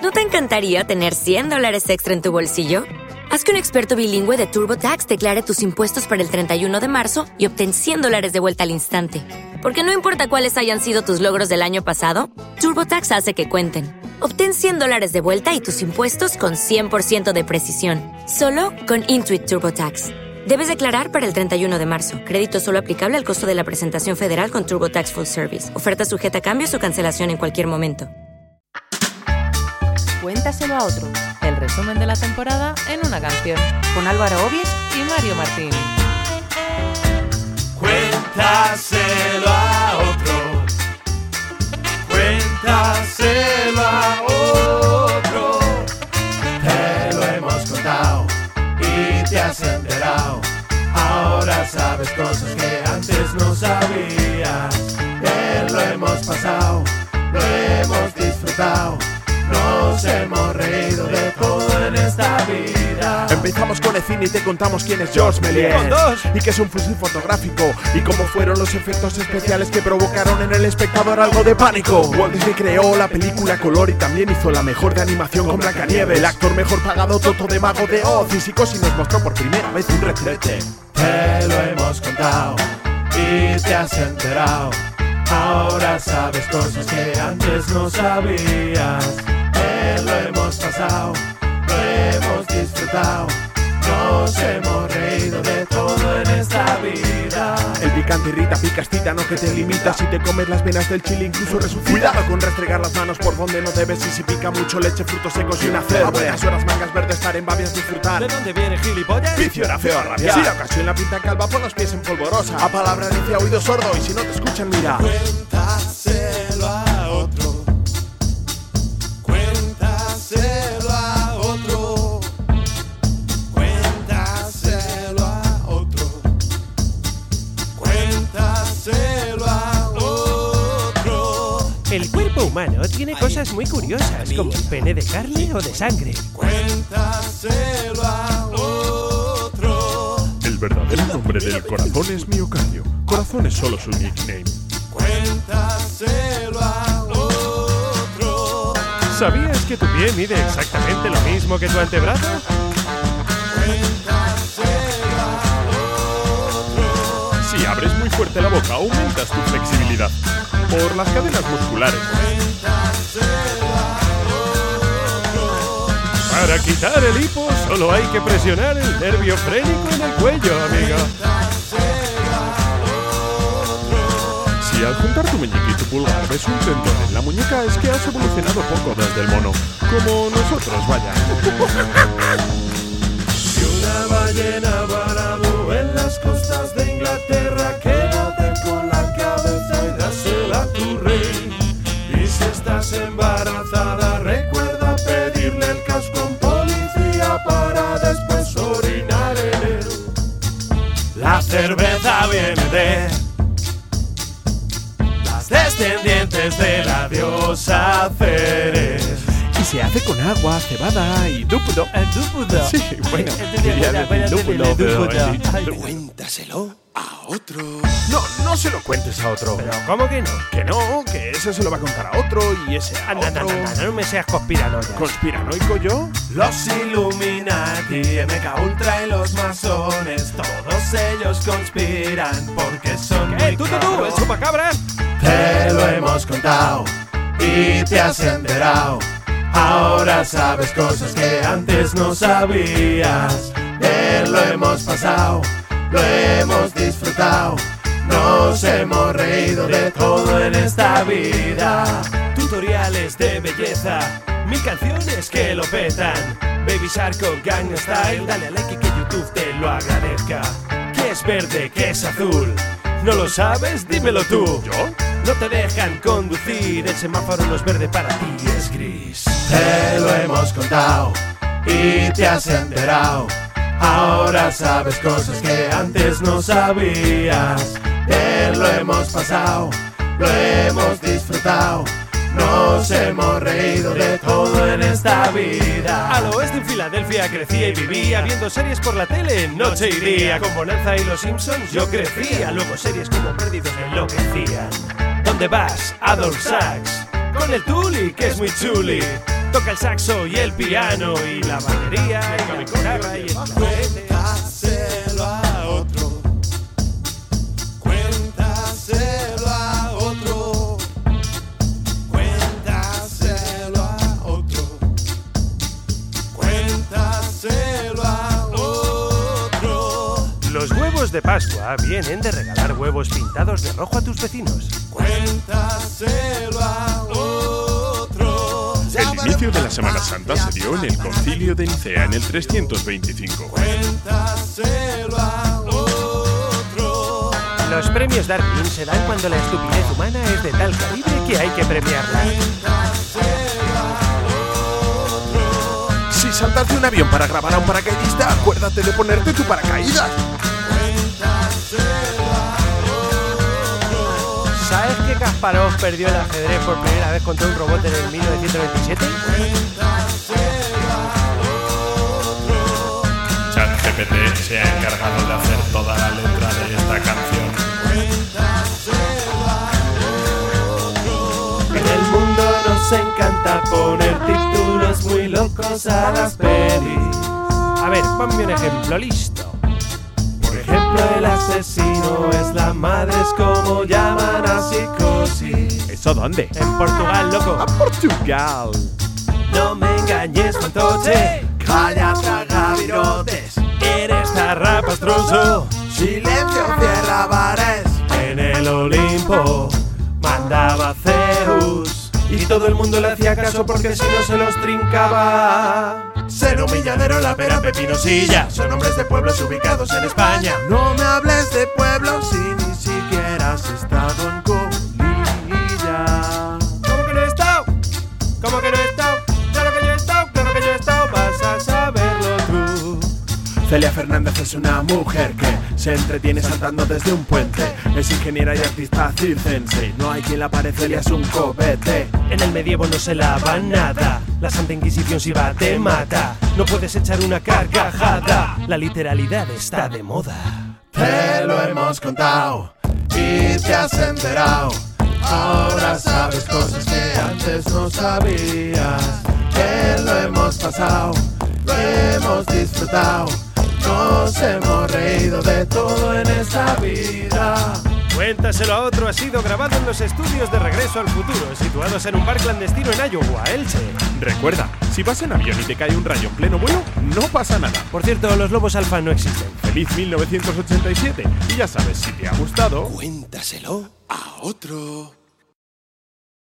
¿No te encantaría tener $100 extra en tu bolsillo? Haz que un experto bilingüe de TurboTax declare tus impuestos para el 31 de marzo y obtén $100 de vuelta al instante. Porque no importa cuáles hayan sido tus logros del año pasado, TurboTax hace que cuenten. Obtén $100 de vuelta y tus impuestos con 100% de precisión. Solo con Intuit TurboTax. Debes declarar para el 31 de marzo. Crédito solo aplicable al costo de la presentación federal con TurboTax Full Service. Oferta sujeta a cambios o cancelación en cualquier momento. Cuéntaselo a otro. El resumen de la temporada en una canción. Con Álvaro Obies y Mario Martín. Cuéntaselo a otro. Cuéntaselo a otro. Te lo hemos contado y te has enterado. Ahora sabes cosas que antes no sabías. Bien lo hemos pasado, lo hemos disfrutado. Nos hemos reído de todo en esta vida. Empezamos con el cine y te contamos quién es Georges Méliès y qué es un fusil fotográfico y cómo fueron los efectos especiales que provocaron en el espectador algo de pánico. Walt Disney creó la película color y también hizo la mejor de animación con Blancanieves. El actor mejor pagado, Toto de Mago de Oz, y Psicosis nos mostró por primera vez un retrete. Te lo hemos contado y te has enterado. Ahora sabes cosas que antes no sabías. Lo hemos pasado, lo hemos disfrutado. Nos hemos reído de todo en esta vida. El picante irrita, picastita, no que te limita. Si te comes las venas del chile incluso resucita. Cuidado con restregar las manos por donde no debes. Y si pica mucho, leche, frutos secos y una cerveza. A buenas horas, mangas verdes, estar en babias, disfrutar. ¿De dónde viene gilipollas? Vicio era feo a rabiar. Si la ocasión la pinta calva, pon los pies en polvorosa. A palabra necia, oído sordo, y si no te escuchan, mira. Cuéntaselo a otro. Cuéntaselo a otro. Cuéntaselo a otro. Cuéntaselo a otro. El cuerpo humano tiene cosas muy curiosas, como el pene de carne o de sangre. Cuéntaselo a otro. El verdadero nombre del corazón es miocardio. Corazón es solo su nickname. Cuéntaselo a otro. ¿Sabías que tu pie mide exactamente lo mismo que tu antebrazo? Cuéntaselo a otro. Si abres muy fuerte la boca, aumentas tu flexibilidad. Por las cadenas musculares. Cuéntaselo a otro. Para quitar el hipo, solo hay que presionar el nervio frénico en el cuello, amiga. Si al juntar tu meñique y tu pulgar ves un tendón en la muñeca, es que has evolucionado poco desde el mono. Como nosotros, vaya. Si una ballena varado en las costas de Inglaterra, quédate con la cabeza y dásela a tu rey. Y si estás embarazada, recuerda pedirle el casco a un policía para después orinar en él. La cerveza viene de descendientes de la diosa Ceres. Y se hace con agua, cebada y dúpulo. ¿Dúpulo? Sí, bueno, quería decir dúpulo, pero Cuéntaselo a otro. no se lo cuentes a otro. ¿Pero cómo que no? Que ese se lo va a contar a otro y ese a Anda, otro. no me seas conspiranoia. ¿Conspiranoico yo? Los Illuminati, MK Ultra y los masones, todos ellos conspiran porque son muy Tú, cabros. el chupacabras. Te lo hemos contado y te has enterado. Ahora sabes cosas que antes no sabías. Bien lo hemos pasado, lo hemos disfrutado. Nos hemos reído de todo en esta vida. Tutoriales de belleza, 1000 canciones que lo petan. Baby Shark con Gangnam Style, dale a like y que YouTube te lo agradezca. ¿Qué es verde? ¿Qué es azul? ¿No lo sabes? Dímelo tú. ¿Yo? No te dejan conducir, el semáforo no es verde, para ti es gris. Te lo hemos contado y te has enterado. Ahora sabes cosas que antes no sabías. Bien lo hemos pasado, lo hemos disfrutado. Nos hemos reído de todo en esta vida. Al oeste en Filadelfia crecía y vivía viendo series por la tele noche y día. Con Bonanza y los Simpsons yo crecía. Luego series como Perdidos me enloquecían. ¿Dónde vas? Adolf Sachs. con el Tuli, que es muy chuli. Toca el saxo y el piano y la batería y la guitarra y el clarinete. Cuéntaselo a otro. Cuéntaselo a otro. Cuéntaselo a otro. Cuéntaselo a otro. Los huevos de Pascua vienen de regalar huevos pintados de rojo a tus vecinos. Cuéntaselo a otro. El inicio de la Semana Santa se dio en el Concilio de Nicea en el 325. Cuéntaselo a otro. Los premios Darwin se dan cuando la estupidez humana es de tal calibre que hay que premiarla. Si saltas de un avión para grabar a un paracaidista, acuérdate de ponerte tu paracaídas. ¿Sabes que Kasparov perdió el ajedrez por primera vez contra un robot en el 1927? ChatGPT se ha encargado de hacer toda la letra de esta canción. En el mundo nos encanta poner títulos muy locos a las pelis. A ver, ponme un ejemplo, listo. Por ejemplo, el asesino es la madre, es como llaman a psicosis. ¿Eso dónde? En Portugal, loco. ¡A Portugal! No me engañes, fantoche. Calla, traga virotes. Eres zarrapastroso. Silencio, cierra bares. En el Olimpo mandaba Zeus y todo el mundo le hacía caso porque si no se los trincaba. Ser humilladero, la pera, pepinosilla son nombres de pueblos ubicados en España. No me hables de pueblos si ni siquiera has estado en Colilla. ¿Cómo que no he estado? ¿Cómo que no he estado? Claro que yo he estado, claro que yo he estado. Vas a saberlo tú. Celia Fernández es una mujer que se entretiene saltando desde un puente. Es ingeniera y artista circense. No hay quien la pare, Celia es un cohete. En el medievo no se lava nada. La Santa Inquisición si va te mata. No puedes echar una carcajada. La literalidad está de moda. Te lo hemos contado y te has enterado. Ahora sabes cosas que antes no sabías. Que lo hemos pasado, lo hemos disfrutado. Nos hemos reído de todo en esta vida. Cuéntaselo a otro ha sido grabado en los estudios de Regreso al Futuro, situados en un bar clandestino en Iowa, Elche. Recuerda, si vas en avión y te cae un rayo en pleno vuelo, no pasa nada. Por cierto, los lobos alfa no existen. ¡Feliz 1987! Y ya sabes, si te ha gustado... Cuéntaselo a otro.